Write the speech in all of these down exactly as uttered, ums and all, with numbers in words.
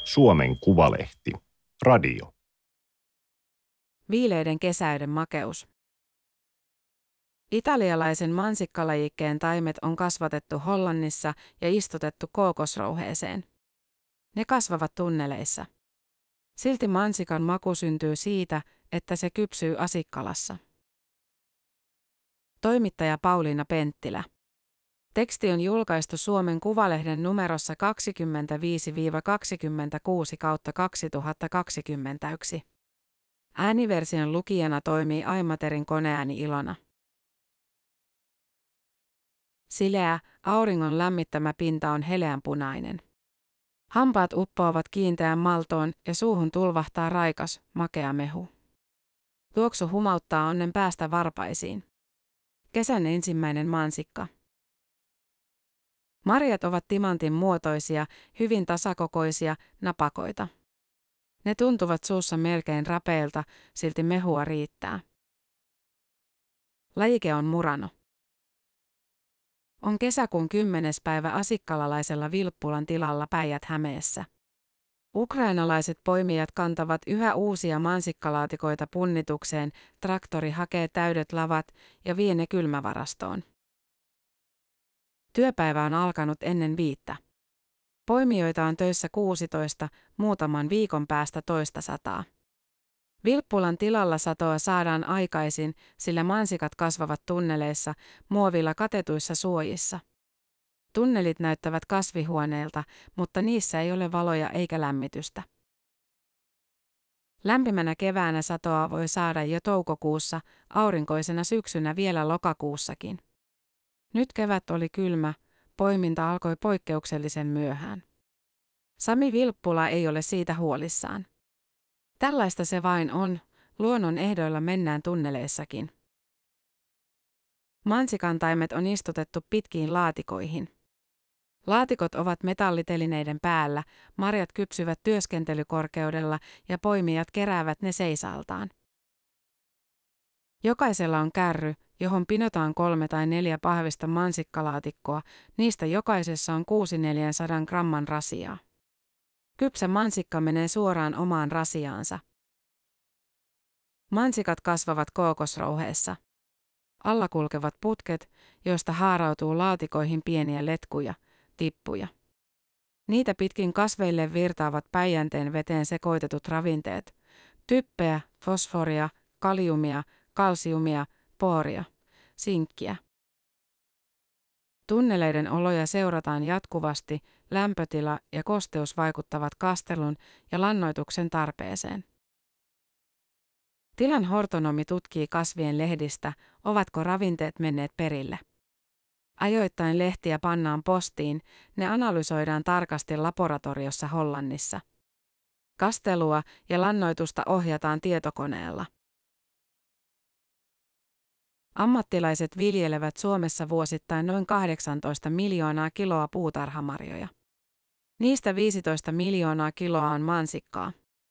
Suomen Kuvalehti. Radio. Viileiden kesäiden makeus. Italialaisen mansikkalajikkeen taimet on kasvatettu Hollannissa ja istutettu kookosrouheeseen. Ne kasvavat tunneleissa. Silti mansikan maku syntyy siitä, että se kypsyy Asikkalassa. Toimittaja Pauliina Penttilä. Teksti on julkaistu Suomen Kuvalehden numerossa kaksikymmentäviisi kaksikymmentäkuusi kautta kaksituhattakaksikymmentäyksi. Ääniversion lukijana toimii Aimaterin koneääni Ilona. Sileä, auringon lämmittämä pinta on heleänpunainen. Hampaat uppoavat kiinteään maltoon ja suuhun tulvahtaa raikas, makea mehu. Tuoksu humauttaa onnen päästä varpaisiin. Kesän ensimmäinen mansikka. Marjat ovat timantin muotoisia, hyvin tasakokoisia, napakoita. Ne tuntuvat suussa melkein rapeilta, silti mehua riittää. Lajike on Murano. On kesäkuun kymmenes päivä asikkalalaisella Vilppulan tilalla Päijät-Hämeessä. Ukrainalaiset poimijat kantavat yhä uusia mansikkalaatikoita punnitukseen, traktori hakee täydet lavat ja vie ne kylmävarastoon. Työpäivä on alkanut ennen viittä. Poimijoita on töissä kuusitoista, muutaman viikon päästä toista sataa. Vilppulan tilalla satoa saadaan aikaisin, sillä mansikat kasvavat tunneleissa, muovilla katetuissa suojissa. Tunnelit näyttävät kasvihuoneilta, mutta niissä ei ole valoja eikä lämmitystä. Lämpimänä keväänä satoa voi saada jo toukokuussa, aurinkoisena syksynä vielä lokakuussakin. Nyt kevät oli kylmä, poiminta alkoi poikkeuksellisen myöhään. Sami Vilppula ei ole siitä huolissaan. Tällaista se vain on, luonnon ehdoilla mennään tunneleissakin. Mansikantaimet on istutettu pitkiin laatikoihin. Laatikot ovat metallitelineiden päällä, marjat kypsyvät työskentelykorkeudella ja poimijat keräävät ne seisaltaan. Jokaisella on kärry, johon pinotaan kolme tai neljä pahvista mansikkalaatikkoa, niistä jokaisessa on kuusi neljänsadan gramman rasiaa. Kypsä mansikka menee suoraan omaan rasiaansa. Mansikat kasvavat kookosrouheessa. Alla kulkevat putket, joista haarautuu laatikoihin pieniä letkuja, tippuja. Niitä pitkin kasveille virtaavat Päijänteen veteen sekoitetut ravinteet, typpeä, fosforia, kaliumia, kalsiumia, booria, sinkkiä. Tunneleiden oloja seurataan jatkuvasti, lämpötila ja kosteus vaikuttavat kastelun ja lannoituksen tarpeeseen. Tilan hortonomi tutkii kasvien lehdistä, ovatko ravinteet menneet perille. Ajoittain lehtiä pannaan postiin, ne analysoidaan tarkasti laboratoriossa Hollannissa. Kastelua ja lannoitusta ohjataan tietokoneella. Ammattilaiset viljelevät Suomessa vuosittain noin kahdeksantoista miljoonaa kiloa puutarhamarjoja. Niistä viisitoista miljoonaa kiloa on mansikkaa.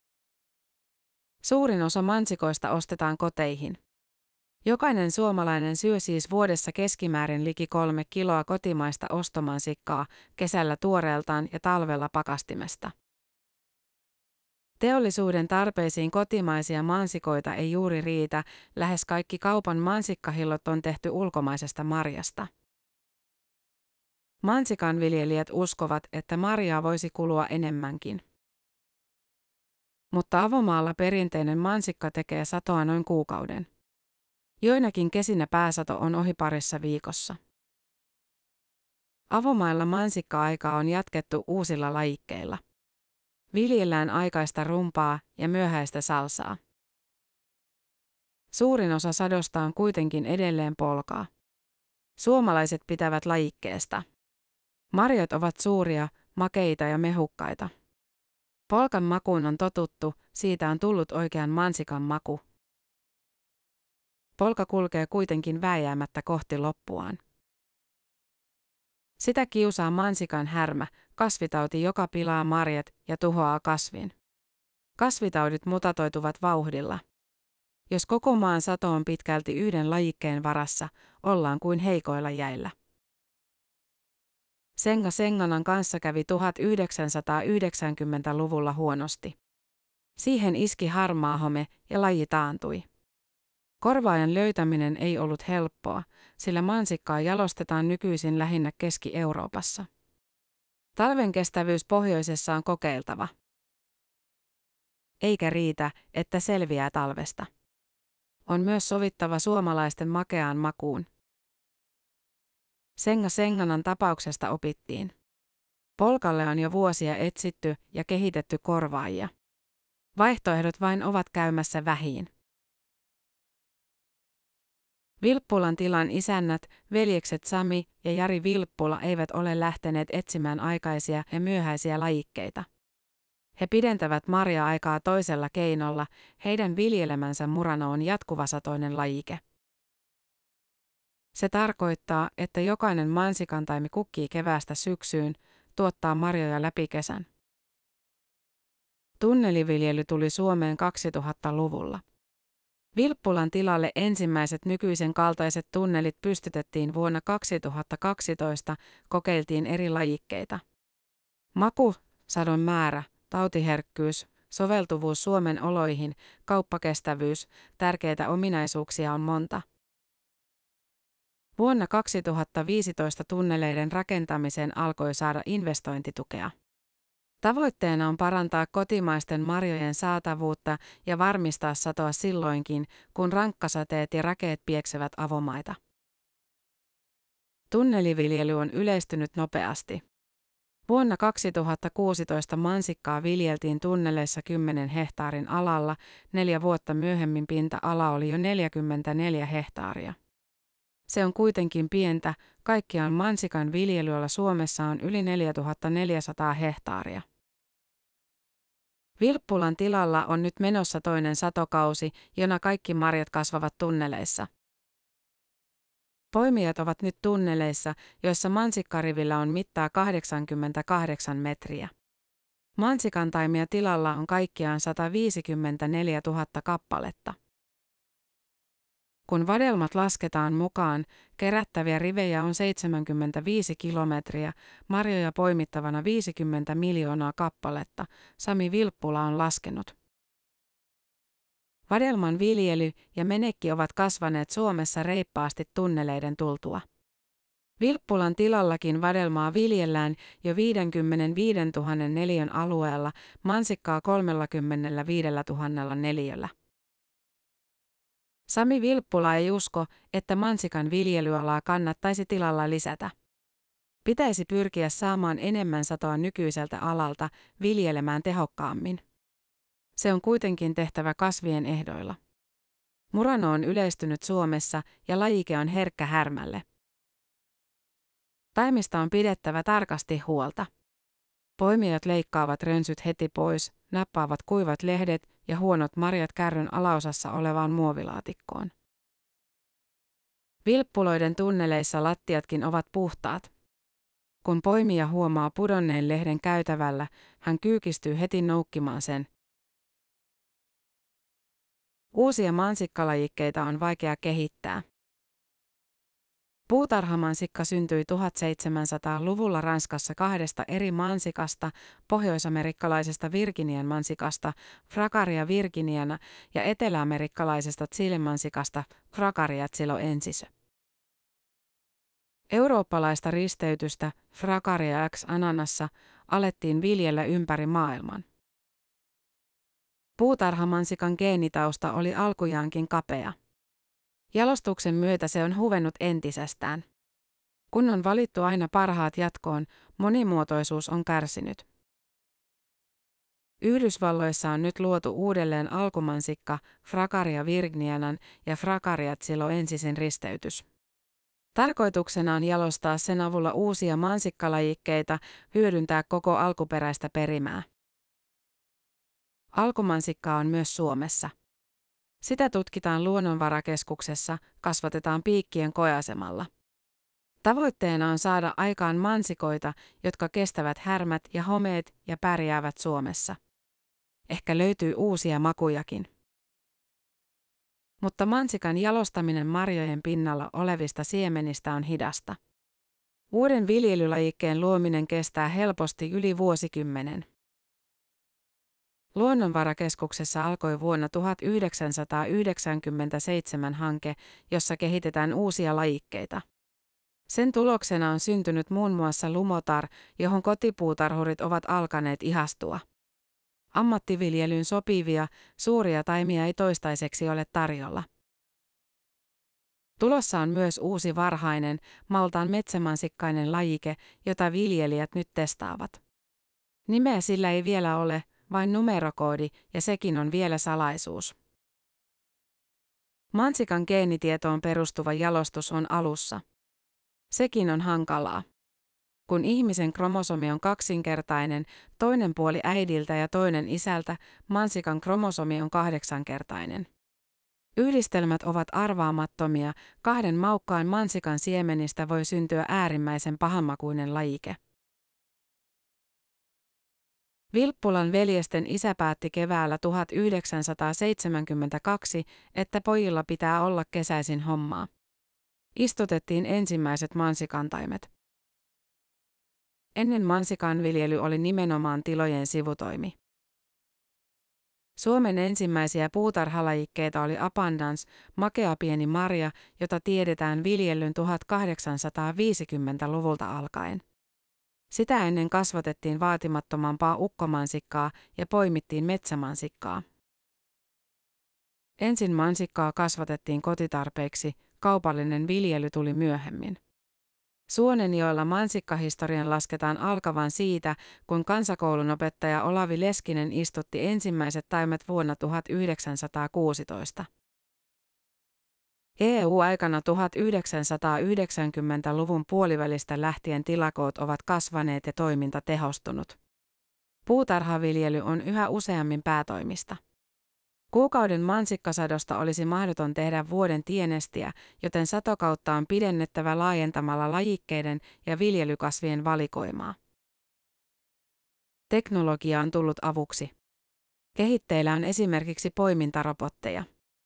Suurin osa mansikoista ostetaan koteihin. Jokainen suomalainen syö siis vuodessa keskimäärin liki kolme kiloa kotimaista ostomansikkaa, kesällä tuoreeltaan ja talvella pakastimesta. Teollisuuden tarpeisiin kotimaisia mansikoita ei juuri riitä, lähes kaikki kaupan mansikkahillot on tehty ulkomaisesta marjasta. Mansikanviljelijät uskovat, että marjaa voisi kulua enemmänkin. Mutta avomaalla perinteinen mansikka tekee satoa noin kuukauden. Joinakin kesinä pääsato on ohi parissa viikossa. Avomailla mansikka-aikaa on jatkettu uusilla lajikkeilla. Viljellään aikaista rumpaa ja myöhäistä salsaa. Suurin osa sadosta on kuitenkin edelleen polkaa. Suomalaiset pitävät lajikkeesta. Marjat ovat suuria, makeita ja mehukkaita. Polkan makuun on totuttu, siitä on tullut oikean mansikan maku. Polka kulkee kuitenkin vääjäämättä kohti loppuaan. Sitä kiusaa mansikan härmä, kasvitauti, joka pilaa marjat ja tuhoaa kasvin. Kasvitaudit mutatoituvat vauhdilla. Jos koko maan sato on pitkälti yhden lajikkeen varassa, ollaan kuin heikoilla jäillä. Senga Senganan kanssa kävi tuhatyhdeksänsataayhdeksänkymmentäluvulla huonosti. Siihen iski harmaahome ja laji taantui. Korvaajan löytäminen ei ollut helppoa, sillä mansikkaa jalostetaan nykyisin lähinnä Keski-Euroopassa. Talven kestävyys pohjoisessa on kokeiltava. Eikä riitä, että selviää talvesta. On myös sovittava suomalaisten makeaan makuun. Senga Senganan tapauksesta opittiin. Polkalle on jo vuosia etsitty ja kehitetty korvaajia. Vaihtoehdot vain ovat käymässä vähiin. Vilppulan tilan isännät, veljekset Sami ja Jari Vilppula eivät ole lähteneet etsimään aikaisia ja myöhäisiä lajikkeita. He pidentävät marja-aikaa toisella keinolla, heidän viljelemänsä Murano on jatkuvasatoinen lajike. Se tarkoittaa, että jokainen mansikantaimi kukkii keväästä syksyyn, tuottaa marjoja läpi kesän. Tunneliviljely tuli Suomeen kaksituhattaluvulla. Vilppulan tilalle ensimmäiset nykyisen kaltaiset tunnelit pystytettiin vuonna kaksituhattakaksitoista, kokeiltiin eri lajikkeita. Maku, sadon määrä, tautiherkkyys, soveltuvuus Suomen oloihin, kauppakestävyys, tärkeitä ominaisuuksia on monta. Vuonna kaksituhattaviisitoista tunneleiden rakentamiseen alkoi saada investointitukea. Tavoitteena on parantaa kotimaisten marjojen saatavuutta ja varmistaa satoa silloinkin, kun rankkasateet ja rakeet pieksevät avomaita. Tunneliviljely on yleistynyt nopeasti. Vuonna kaksituhattakuusitoista mansikkaa viljeltiin tunneleissa kymmenen hehtaarin alalla, neljä vuotta myöhemmin pinta-ala oli jo neljäkymmentäneljä hehtaaria. Se on kuitenkin pientä, kaikkiaan mansikan viljelyllä Suomessa on yli neljätuhattaneljäsataa hehtaaria. Vilppulan tilalla on nyt menossa toinen satokausi, jona kaikki marjat kasvavat tunneleissa. Poimijat ovat nyt tunneleissa, joissa mansikkarivillä on mittaa kahdeksankymmentäkahdeksan metriä. Mansikantaimia tilalla on kaikkiaan sataviisikymmentäneljätuhatta kappaletta. Kun vadelmat lasketaan mukaan, kerättäviä rivejä on seitsemänkymmentäviisi kilometriä, marjoja poimittavana viisikymmentä miljoonaa kappaletta, Sami Vilppula on laskenut. Vadelman viljely ja menekki ovat kasvaneet Suomessa reippaasti tunneleiden tultua. Vilppulan tilallakin vadelmaa viljellään jo viisikymmentäviisituhatta neliön alueella, mansikkaa kolmekymmentäviisituhatta neliöllä. Sami Vilppula ei usko, että mansikan viljelyalaa kannattaisi tilalla lisätä. Pitäisi pyrkiä saamaan enemmän satoa nykyiseltä alalta, viljelemään tehokkaammin. Se on kuitenkin tehtävä kasvien ehdoilla. Murano on yleistynyt Suomessa ja lajike on herkkä härmälle. Taimista on pidettävä tarkasti huolta. Poimijat leikkaavat rönsyt heti pois, nappaavat kuivat lehdet ja huonot marjat kärryn alaosassa olevaan muovilaatikkoon. Vilppuloiden tunneleissa lattiatkin ovat puhtaat. Kun poimija huomaa pudonneen lehden käytävällä, hän kyykistyy heti noukkimaan sen. Uusia mansikkalajikkeita on vaikea kehittää. Puutarhamansikka syntyi tuhatseitsemänsataaluvulla Ranskassa kahdesta eri mansikasta, pohjoisamerikkalaisesta Virginian mansikasta, Fragaria virginiana, ja eteläamerikkalaisesta Chile-mansikasta, Fragaria chiloensis. Eurooppalaista risteytystä, Fragaria x ananassa, alettiin viljellä ympäri maailman. Puutarhamansikan geenitausta oli alkujaankin kapea. Jalostuksen myötä se on huvennut entisestään. Kun on valittu aina parhaat jatkoon, monimuotoisuus on kärsinyt. Yhdysvalloissa on nyt luotu uudelleen alkumansikka, Fragaria virginianan ja Fragaria chiloensisin risteytys. Tarkoituksena on jalostaa sen avulla uusia mansikkalajikkeita, hyödyntää koko alkuperäistä perimää. Alkumansikkaa on myös Suomessa. Sitä tutkitaan Luonnonvarakeskuksessa, kasvatetaan Piikkien koeasemalla. Tavoitteena on saada aikaan mansikoita, jotka kestävät härmät ja homeet ja pärjäävät Suomessa. Ehkä löytyy uusia makujakin. Mutta mansikan jalostaminen marjojen pinnalla olevista siemenistä on hidasta. Uuden viljelylajikkeen luominen kestää helposti yli vuosikymmenen. Luonnonvarakeskuksessa alkoi vuonna tuhatyhdeksänsataayhdeksänkymmentäseitsemän hanke, jossa kehitetään uusia lajikkeita. Sen tuloksena on syntynyt muun muassa lumotar, johon kotipuutarhurit ovat alkaneet ihastua. Ammattiviljelyyn sopivia, suuria taimia ei toistaiseksi ole tarjolla. Tulossa on myös uusi varhainen, Maltaan metsämansikkainen lajike, jota viljelijät nyt testaavat. Nimeä sillä ei vielä ole, vain numerokoodi, ja sekin on vielä salaisuus. Mansikan geenitietoon perustuva jalostus on alussa. Sekin on hankalaa. Kun ihmisen kromosomi on kaksinkertainen, toinen puoli äidiltä ja toinen isältä, mansikan kromosomi on kahdeksankertainen. Yhdistelmät ovat arvaamattomia, kahden maukkaan mansikan siemenistä voi syntyä äärimmäisen pahanmakuinen lajike. Vilppulan veljesten isä päätti keväällä tuhatyhdeksänsataaseitsemänkymmentäkaksi, että pojilla pitää olla kesäisin hommaa. Istutettiin ensimmäiset mansikantaimet. Ennen mansikanviljely oli nimenomaan tilojen sivutoimi. Suomen ensimmäisiä puutarhalajikkeita oli Abundance, makea pieni marja, jota tiedetään viljellyn tuhatkahdeksansataaviisikymmentäluvulta alkaen. Sitä ennen kasvatettiin vaatimattomampaa ukkomansikkaa ja poimittiin metsämansikkaa. Ensin mansikkaa kasvatettiin kotitarpeiksi, kaupallinen viljely tuli myöhemmin. Suonenjoella mansikkahistorian lasketaan alkavan siitä, kun kansakoulunopettaja Olavi Leskinen istutti ensimmäiset taimet vuonna tuhatyhdeksänsataakuusitoista. E U-aikana tuhatyhdeksänsataayhdeksänkymmentäluvun puolivälistä lähtien tilakoot ovat kasvaneet ja toiminta tehostunut. Puutarhaviljely on yhä useammin päätoimista. Kuukauden mansikkasadosta olisi mahdoton tehdä vuoden tienestiä, joten satokautta on pidennettävä laajentamalla lajikkeiden ja viljelykasvien valikoimaa. Teknologia on tullut avuksi. Kehitteillä on esimerkiksi poimintarobotteja.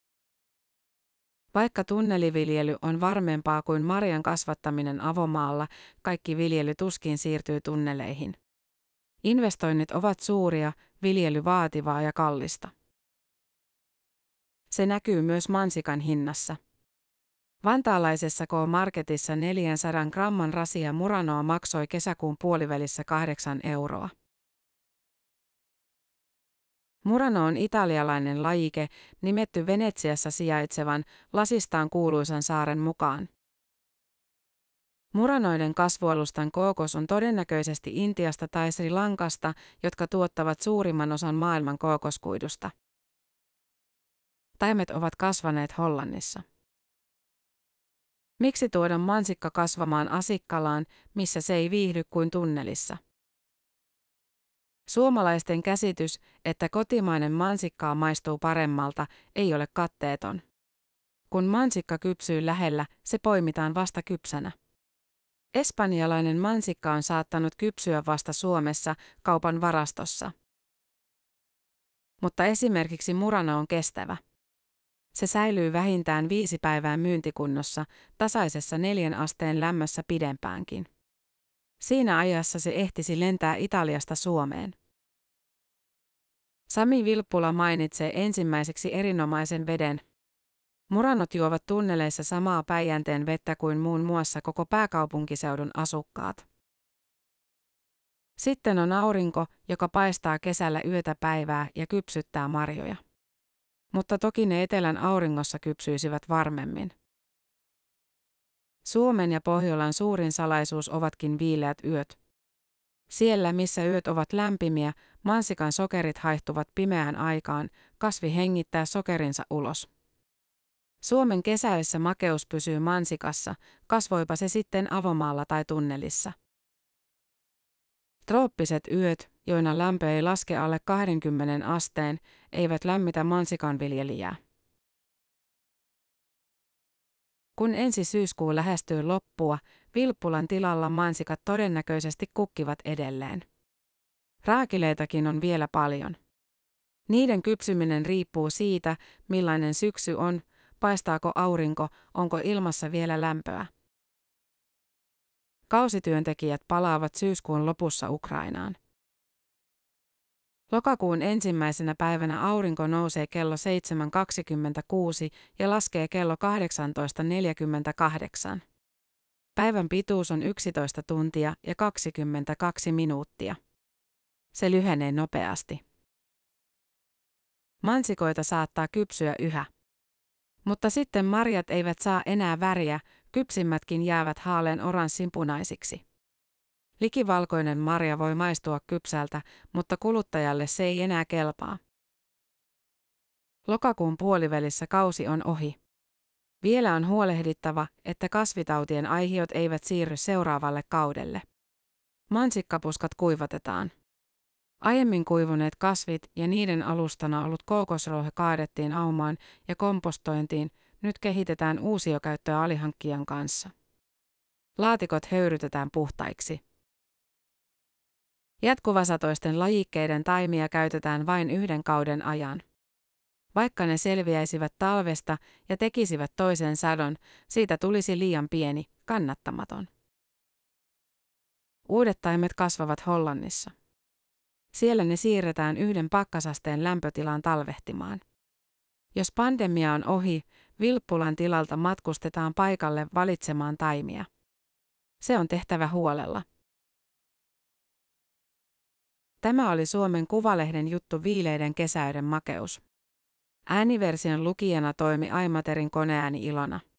Vaikka tunneliviljely on varmempaa kuin marjan kasvattaminen avomaalla, kaikki viljely tuskin siirtyy tunneleihin. Investoinnit ovat suuria, viljely vaativaa ja kallista. Se näkyy myös mansikan hinnassa. Vantaalaisessa K-Marketissa neljänsadan gramman rasia Muranoa maksoi kesäkuun puolivälissä kahdeksan euroa. Murano on italialainen lajike, nimetty Venetsiassa sijaitsevan, lasistaan kuuluisan saaren mukaan. Muranoiden kasvualustan kookos on todennäköisesti Intiasta tai Sri Lankasta, jotka tuottavat suurimman osan maailman kookoskuidusta. Taimet ovat kasvaneet Hollannissa. Miksi tuoda mansikka kasvamaan Asikkalaan, missä se ei viihdy kuin tunnelissa? Suomalaisten käsitys, että kotimainen mansikkaa maistuu paremmalta, ei ole katteeton. Kun mansikka kypsyy lähellä, se poimitaan vasta kypsänä. Espanjalainen mansikka on saattanut kypsyä vasta Suomessa, kaupan varastossa. Mutta esimerkiksi Murano on kestävä. Se säilyy vähintään viisi päivää myyntikunnossa, tasaisessa neljän asteen lämmössä pidempäänkin. Siinä ajassa se ehtisi lentää Italiasta Suomeen. Sami Vilppula mainitsee ensimmäiseksi erinomaisen veden. Muranot juovat tunneleissa samaa Päijänteen vettä kuin muun muassa koko pääkaupunkiseudun asukkaat. Sitten on aurinko, joka paistaa kesällä yötä päivää ja kypsyttää marjoja. Mutta toki ne etelän auringossa kypsyisivät varmemmin. Suomen ja Pohjolan suurin salaisuus ovatkin viileät yöt. Siellä, missä yöt ovat lämpimiä, mansikan sokerit haihtuvat pimeään aikaan, kasvi hengittää sokerinsa ulos. Suomen kesäissä makeus pysyy mansikassa, kasvoipa se sitten avomaalla tai tunnelissa. Trooppiset yöt, joina lämpö ei laske alle kaksikymmentä asteen, eivät lämmitä mansikanviljelijää. Kun ensi syyskuu lähestyy loppua, Vilppulan tilalla mansikat todennäköisesti kukkivat edelleen. Raakileitakin on vielä paljon. Niiden kypsyminen riippuu siitä, millainen syksy on, paistaako aurinko, onko ilmassa vielä lämpöä. Kausityöntekijät palaavat syyskuun lopussa Ukrainaan. Lokakuun ensimmäisenä päivänä aurinko nousee kello seitsemän kaksikymmentäkuusi ja laskee kello kahdeksantoista neljäkymmentäkahdeksan. Päivän pituus on yksitoista tuntia ja kaksikymmentäkaksi minuuttia. Se lyhenee nopeasti. Mansikoita saattaa kypsyä yhä. Mutta sitten marjat eivät saa enää väriä, kypsimmätkin jäävät haalean oranssinpunaisiksi. Likivalkoinen marja voi maistua kypsältä, mutta kuluttajalle se ei enää kelpaa. Lokakuun puolivälissä kausi on ohi. Vielä on huolehdittava, että kasvitautien aihiot eivät siirry seuraavalle kaudelle. Mansikkapuskat kuivatetaan. Aiemmin kuivuneet kasvit ja niiden alustana ollut kookosrouhe kaadettiin aumaan ja kompostointiin, nyt kehitetään uusiokäyttöä alihankkijan kanssa. Laatikot höyrytetään puhtaiksi. Jatkuvasatoisten lajikkeiden taimia käytetään vain yhden kauden ajan. Vaikka ne selviäisivät talvesta ja tekisivät toisen sadon, siitä tulisi liian pieni, kannattamaton. Uudet taimet kasvavat Hollannissa. Siellä ne siirretään yhden pakkasasteen lämpötilaan talvehtimaan. Jos pandemia on ohi, Vilppulan tilalta matkustetaan paikalle valitsemaan taimia. Se on tehtävä huolella. Tämä oli Suomen Kuvalehden juttu Viileiden kesäyden makeus. Ääniversion lukijana toimi Aimaterin koneääni Ilona.